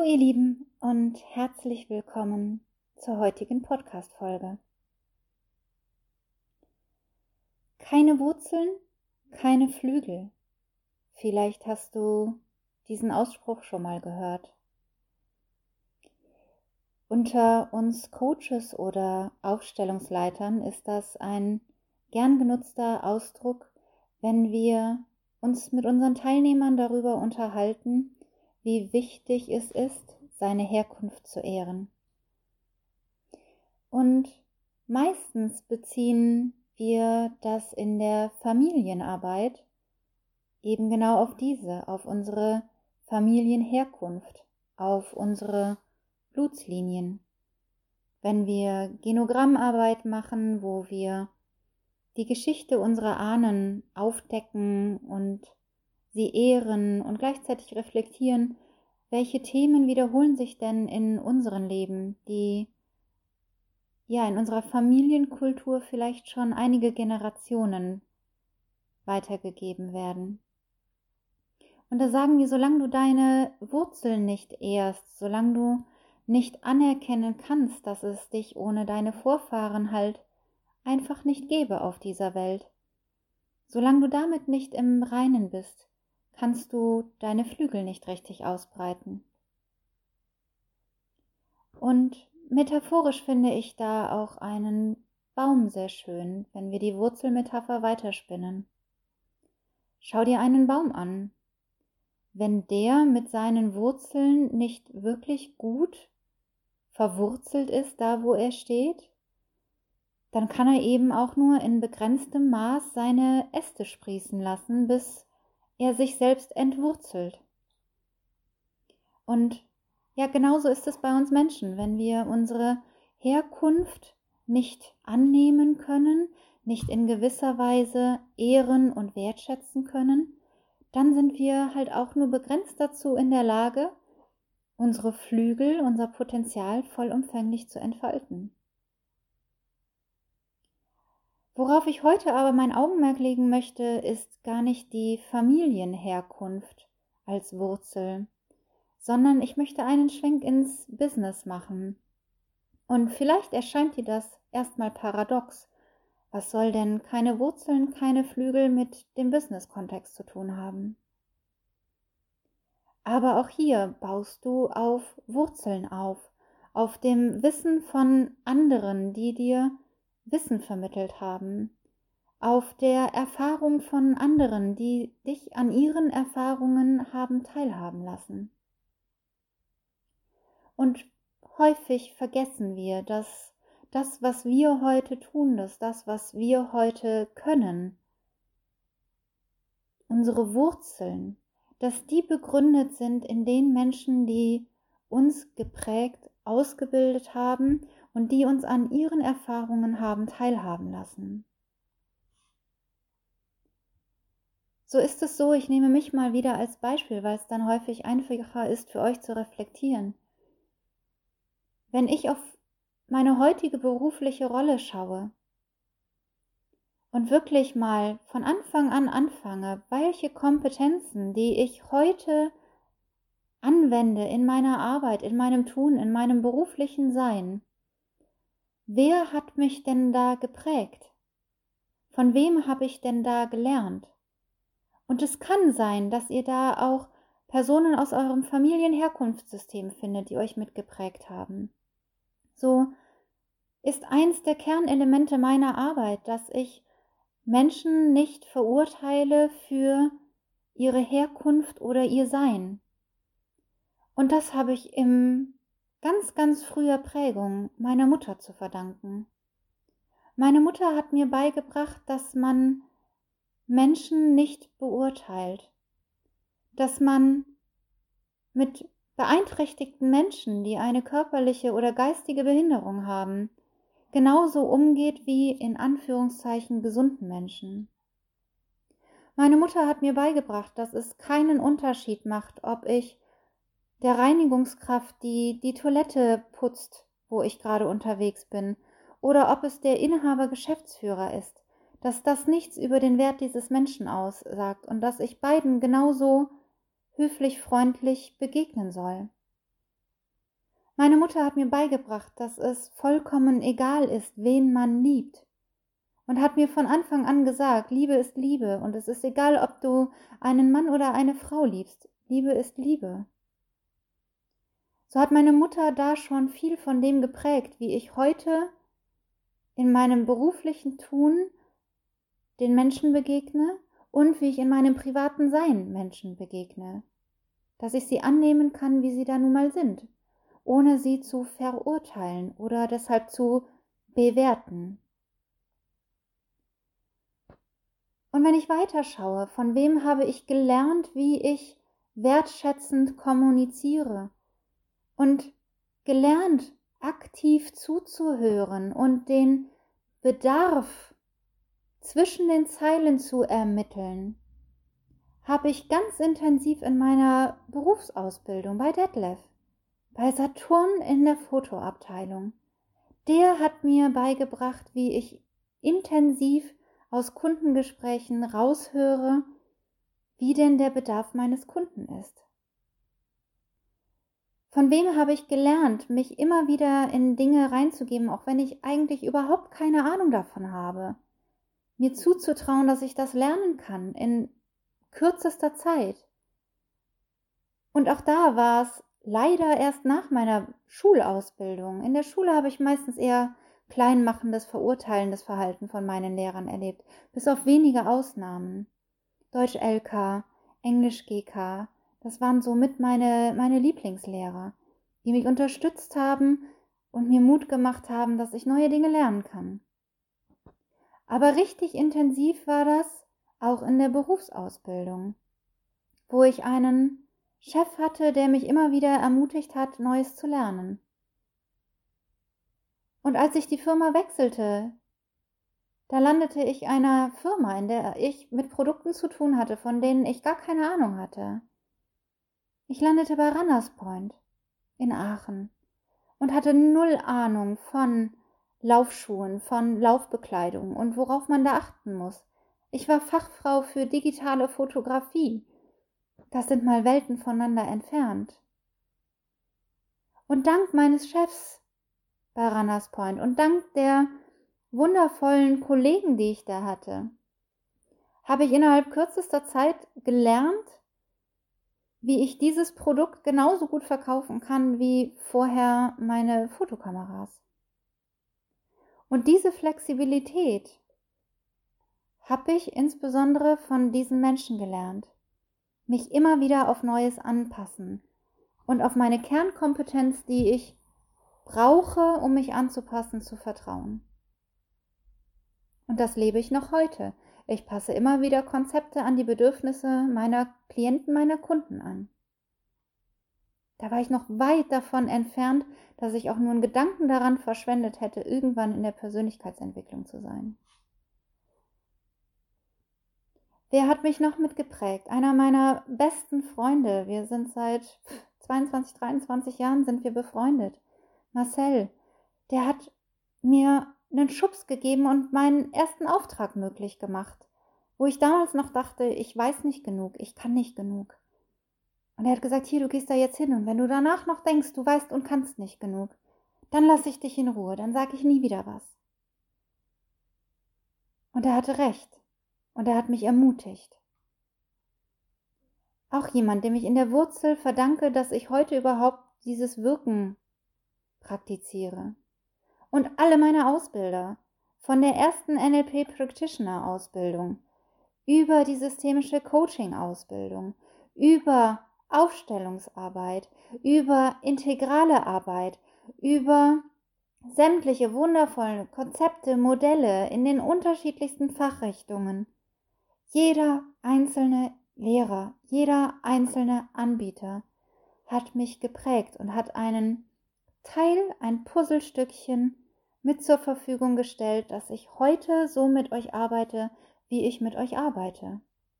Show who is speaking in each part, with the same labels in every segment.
Speaker 1: Hallo ihr Lieben und herzlich willkommen zur heutigen Podcast-Folge. Keine Wurzeln, keine Flügel. Vielleicht hast du diesen Ausspruch schon mal gehört. Unter uns Coaches oder Aufstellungsleitern ist das ein gern genutzter Ausdruck, wenn wir uns mit unseren Teilnehmern darüber unterhalten, wie wichtig es ist, seine Herkunft zu ehren. Und meistens beziehen wir das in der Familienarbeit eben genau auf unsere Familienherkunft, auf unsere Blutslinien. Wenn wir Genogrammarbeit machen, wo wir die Geschichte unserer Ahnen aufdecken und sie ehren und gleichzeitig reflektieren, welche Themen wiederholen sich denn in unserem Leben, die in unserer Familienkultur vielleicht schon einige Generationen weitergegeben werden. Und da sagen wir, solange du deine Wurzeln nicht ehrst, solange du nicht anerkennen kannst, dass es dich ohne deine Vorfahren halt einfach nicht gäbe auf dieser Welt, solange du damit nicht im Reinen bist, kannst du deine Flügel nicht richtig ausbreiten. Und metaphorisch finde ich da auch einen Baum sehr schön, wenn wir die Wurzelmetapher weiterspinnen. Schau dir einen Baum an. Wenn der mit seinen Wurzeln nicht wirklich gut verwurzelt ist, da wo er steht, dann kann er eben auch nur in begrenztem Maß seine Äste sprießen lassen, bis er sich selbst entwurzelt. Und ja, genauso ist es bei uns Menschen, wenn wir unsere Herkunft nicht annehmen können, nicht in gewisser Weise ehren und wertschätzen können, dann sind wir halt auch nur begrenzt dazu in der Lage, unsere Flügel, unser Potenzial vollumfänglich zu entfalten. Worauf ich heute aber mein Augenmerk legen möchte, ist gar nicht die Familienherkunft als Wurzel, sondern ich möchte einen Schwenk ins Business machen. Und vielleicht erscheint dir das erstmal paradox. Was soll denn keine Wurzeln, keine Flügel mit dem Business-Kontext zu tun haben? Aber auch hier baust du auf Wurzeln auf dem Wissen von anderen, die dir Wissen vermittelt haben, auf der Erfahrung von anderen, die dich an ihren Erfahrungen haben teilhaben lassen. Und häufig vergessen wir, dass das, was wir heute tun, das, was wir heute können, unsere Wurzeln, dass die begründet sind in den Menschen, die uns geprägt, ausgebildet haben und die uns an ihren Erfahrungen haben teilhaben lassen. So ist es so, ich nehme mich mal wieder als Beispiel, weil es dann häufig einfacher ist, für euch zu reflektieren. Wenn ich auf meine heutige berufliche Rolle schaue und wirklich mal von Anfang an anfange, welche Kompetenzen, die ich heute anwende in meiner Arbeit, in meinem Tun, in meinem beruflichen Sein, wer hat mich denn da geprägt? Von wem habe ich denn da gelernt? Und es kann sein, dass ihr da auch Personen aus eurem Familienherkunftssystem findet, die euch mitgeprägt haben. So ist eins der Kernelemente meiner Arbeit, dass ich Menschen nicht verurteile für ihre Herkunft oder ihr Sein. Und das habe ich in ganz, ganz früher Prägung meiner Mutter zu verdanken. Meine Mutter hat mir beigebracht, dass man Menschen nicht beurteilt, dass man mit beeinträchtigten Menschen, die eine körperliche oder geistige Behinderung haben, genauso umgeht wie in Anführungszeichen gesunden Menschen. Meine Mutter hat mir beigebracht, dass es keinen Unterschied macht, ob ich der Reinigungskraft die Toilette putzt, wo ich gerade unterwegs bin, oder ob es der Inhaber Geschäftsführer ist, dass das nichts über den Wert dieses Menschen aussagt und dass ich beiden genauso höflich, freundlich begegnen soll. Meine Mutter hat mir beigebracht, dass es vollkommen egal ist, wen man liebt. Und hat mir von Anfang an gesagt, Liebe ist Liebe und es ist egal, ob du einen Mann oder eine Frau liebst. Liebe ist Liebe. So hat meine Mutter da schon viel von dem geprägt, wie ich heute in meinem beruflichen Tun den Menschen begegne und wie ich in meinem privaten Sein Menschen begegne. Dass ich sie annehmen kann, wie sie da nun mal sind, ohne sie zu verurteilen oder deshalb zu bewerten. Und wenn ich weiterschaue, von wem habe ich gelernt, wie ich wertschätzend kommuniziere und gelernt, aktiv zuzuhören und den Bedarf zwischen den Zeilen zu ermitteln, habe ich ganz intensiv in meiner Berufsausbildung bei Detlef, bei Saturn in der Fotoabteilung. Der hat mir beigebracht, wie ich intensiv aus Kundengesprächen raushöre, wie denn der Bedarf meines Kunden ist. Von wem habe ich gelernt, mich immer wieder in Dinge reinzugeben, auch wenn ich eigentlich überhaupt keine Ahnung davon habe. Mir zuzutrauen, dass ich das lernen kann in kürzester Zeit. Und auch da war es leider erst nach meiner Schulausbildung. In der Schule habe ich meistens eher kleinmachendes, verurteilendes Verhalten von meinen Lehrern erlebt, bis auf wenige Ausnahmen. Deutsch LK, Englisch GK, das waren somit meine Lieblingslehrer, die mich unterstützt haben und mir Mut gemacht haben, dass ich neue Dinge lernen kann. Aber richtig intensiv war das auch in der Berufsausbildung, wo ich einen Chef hatte, der mich immer wieder ermutigt hat, Neues zu lernen. Und als ich die Firma wechselte, da landete ich einer Firma, in der ich mit Produkten zu tun hatte, von denen ich gar keine Ahnung hatte. Ich landete bei Runners Point in Aachen und hatte null Ahnung von Laufschuhen, von Laufbekleidung und worauf man da achten muss. Ich war Fachfrau für digitale Fotografie. Das sind mal Welten voneinander entfernt. Und dank meines Chefs bei Runners Point und dank der wundervollen Kollegen, die ich da hatte, habe ich innerhalb kürzester Zeit gelernt, wie ich dieses Produkt genauso gut verkaufen kann wie vorher meine Fotokameras. Und diese Flexibilität habe ich insbesondere von diesen Menschen gelernt. Mich immer wieder auf Neues anpassen und auf meine Kernkompetenz, die ich brauche, um mich anzupassen, zu vertrauen. Und das lebe ich noch heute. Ich passe immer wieder Konzepte an die Bedürfnisse meiner Klienten, meiner Kunden an. Da war ich noch weit davon entfernt, dass ich auch nur einen Gedanken daran verschwendet hätte, irgendwann in der Persönlichkeitsentwicklung zu sein. Wer hat mich noch mitgeprägt? Einer meiner besten Freunde. Wir sind seit 22, 23 Jahren sind wir befreundet. Marcel, der hat mir einen Schubs gegeben und meinen ersten Auftrag möglich gemacht, wo ich damals noch dachte, ich weiß nicht genug, ich kann nicht genug. Und er hat gesagt, hier, du gehst da jetzt hin und wenn du danach noch denkst, du weißt und kannst nicht genug, dann lasse ich dich in Ruhe, dann sage ich nie wieder was. Und er hatte recht und er hat mich ermutigt. Auch jemand, dem ich in der Wurzel verdanke, dass ich heute überhaupt dieses Wirken praktiziere. Und alle meine Ausbilder, von der ersten NLP Practitioner Ausbildung, über die systemische Coaching Ausbildung, über Aufstellungsarbeit, über integrale Arbeit, über sämtliche wundervollen Konzepte, Modelle in den unterschiedlichsten Fachrichtungen. Jeder einzelne Lehrer, jeder einzelne Anbieter hat mich geprägt und hat einen Teil, ein Puzzlestückchen mit zur Verfügung gestellt, dass ich heute so mit euch arbeite, wie ich mit euch arbeite.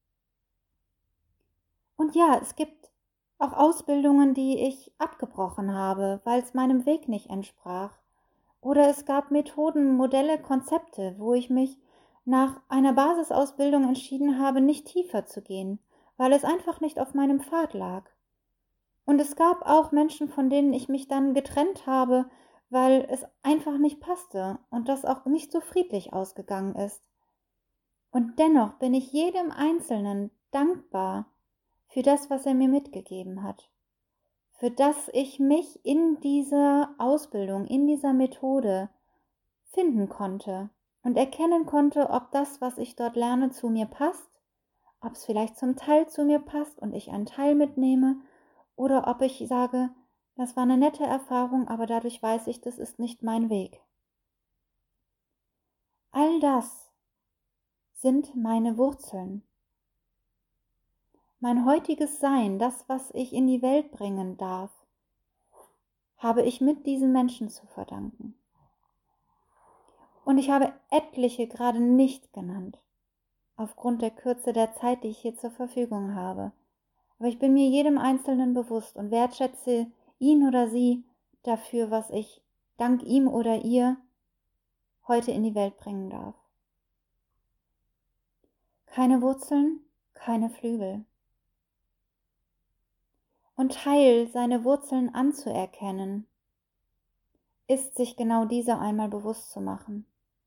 Speaker 1: Und ja, es gibt auch Ausbildungen, die ich abgebrochen habe, weil es meinem Weg nicht entsprach. Oder es gab Methoden, Modelle, Konzepte, wo ich mich nach einer Basisausbildung entschieden habe, nicht tiefer zu gehen, weil es einfach nicht auf meinem Pfad lag. Und es gab auch Menschen, von denen ich mich dann getrennt habe, weil es einfach nicht passte und das auch nicht so friedlich ausgegangen ist. Und dennoch bin ich jedem Einzelnen dankbar für das, was er mir mitgegeben hat, für das ich mich in dieser Ausbildung, in dieser Methode finden konnte und erkennen konnte, ob das, was ich dort lerne, zu mir passt, ob es vielleicht zum Teil zu mir passt und ich einen Teil mitnehme, oder ob ich sage, das war eine nette Erfahrung, aber dadurch weiß ich, das ist nicht mein Weg. All das sind meine Wurzeln. Mein heutiges Sein, das, was ich in die Welt bringen darf, habe ich mit diesen Menschen zu verdanken. Und ich habe etliche gerade nicht genannt, aufgrund der Kürze der Zeit, die ich hier zur Verfügung habe. Aber ich bin mir jedem Einzelnen bewusst und wertschätze ihn oder sie dafür, was ich dank ihm oder ihr heute in die Welt bringen darf. Keine Wurzeln, keine Flügel. Und Teil seine Wurzeln anzuerkennen, ist sich genau diese einmal bewusst zu machen.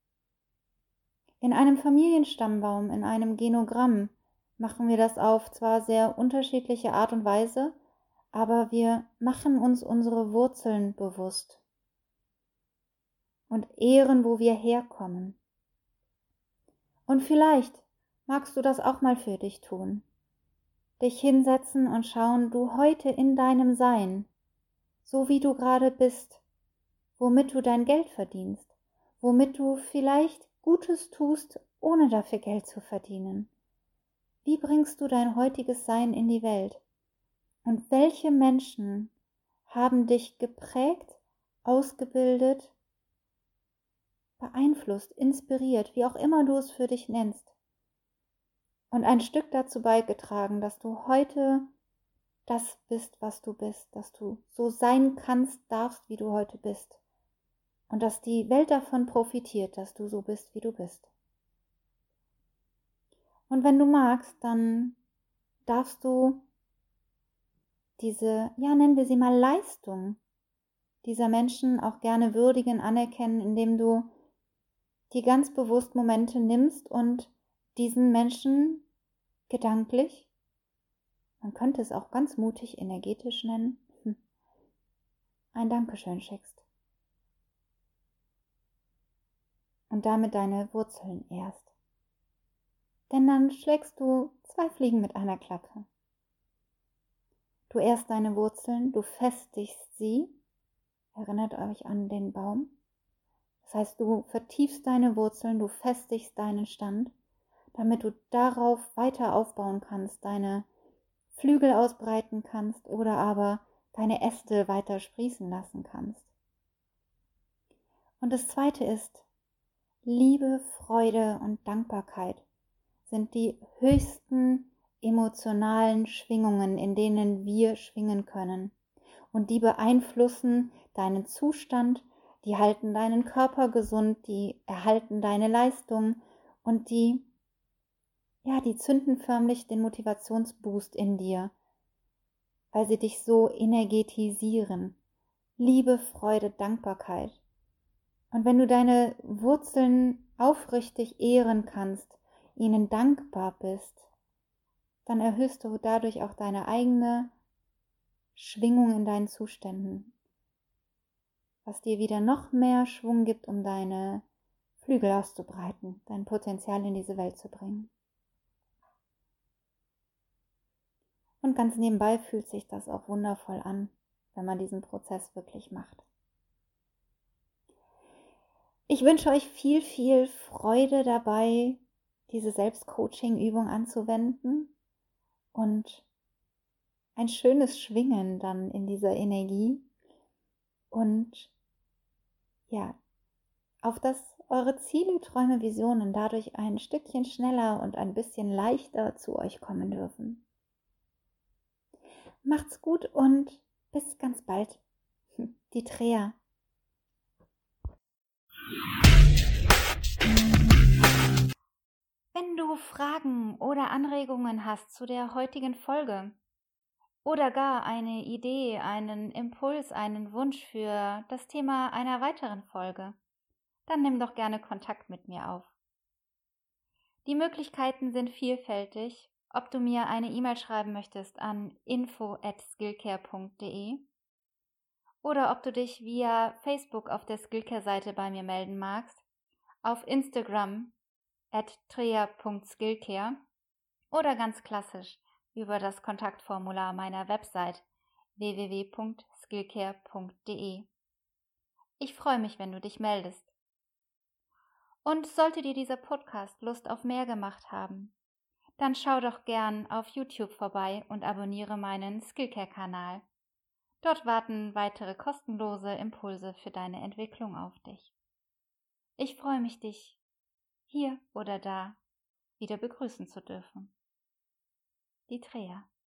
Speaker 1: In einem Familienstammbaum, in einem Genogramm machen wir das auf zwar sehr unterschiedliche Art und Weise, aber wir machen uns unsere Wurzeln bewusst und ehren, wo wir herkommen. Und vielleicht magst du das auch mal für dich tun. Dich hinsetzen und schauen, du heute in deinem Sein, so wie du gerade bist, womit du dein Geld verdienst, womit du vielleicht Gutes tust, ohne dafür Geld zu verdienen. Wie bringst du dein heutiges Sein in die Welt? Und welche Menschen haben dich geprägt, ausgebildet, beeinflusst, inspiriert, wie auch immer du es für dich nennst? Und ein Stück dazu beigetragen, dass du heute das bist, was du bist, dass du so sein kannst, darfst, wie du heute bist. Und dass die Welt davon profitiert, dass du so bist, wie du bist. Und wenn du magst, dann darfst du diese, ja, nennen wir sie mal Leistung dieser Menschen auch gerne würdigen, anerkennen, indem du die ganz bewusst Momente nimmst und diesen Menschen gedanklich, man könnte es auch ganz mutig energetisch nennen, ein Dankeschön schickst. Und damit deine Wurzeln ehrst. Denn dann schlägst du 2 Fliegen mit einer Klappe. Du ehrst deine Wurzeln, du festigst sie, erinnert euch an den Baum. Das heißt, du vertiefst deine Wurzeln, du festigst deinen Stand, damit du darauf weiter aufbauen kannst, deine Flügel ausbreiten kannst oder aber deine Äste weiter sprießen lassen kannst. Und das Zweite ist, Liebe, Freude und Dankbarkeit sind die höchsten emotionalen Schwingungen, in denen wir schwingen können. Und die beeinflussen deinen Zustand, die halten deinen Körper gesund, die erhalten deine Leistung und die zünden förmlich den Motivationsboost in dir, weil sie dich so energetisieren. Liebe, Freude, Dankbarkeit. Und wenn du deine Wurzeln aufrichtig ehren kannst, ihnen dankbar bist, dann erhöhst du dadurch auch deine eigene Schwingung in deinen Zuständen, was dir wieder noch mehr Schwung gibt, um deine Flügel auszubreiten, dein Potenzial in diese Welt zu bringen. Und ganz nebenbei fühlt sich das auch wundervoll an, wenn man diesen Prozess wirklich macht. Ich wünsche euch viel, viel Freude dabei, diese Selbstcoaching-Übung anzuwenden und ein schönes Schwingen dann in dieser Energie und auf dass eure Ziele, Träume, Visionen dadurch ein Stückchen schneller und ein bisschen leichter zu euch kommen dürfen. Macht's gut und bis ganz bald. Die Trea. Wenn du Fragen oder Anregungen hast zu der heutigen Folge, oder gar eine Idee, einen Impuls, einen Wunsch für das Thema einer weiteren Folge, dann nimm doch gerne Kontakt mit mir auf. Die Möglichkeiten sind vielfältig, ob du mir eine E-Mail schreiben möchtest an info@skillcare.de oder ob du dich via Facebook auf der Skillcare-Seite bei mir melden magst, auf Instagram @trea.skillcare oder ganz klassisch über das Kontaktformular meiner Website www.skillcare.de. Ich freue mich, wenn du dich meldest. Und sollte dir dieser Podcast Lust auf mehr gemacht haben, dann schau doch gern auf YouTube vorbei und abonniere meinen Skillcare-Kanal. Dort warten weitere kostenlose Impulse für deine Entwicklung auf dich. Ich freue mich, dich hier oder da wieder begrüßen zu dürfen. Die Trea.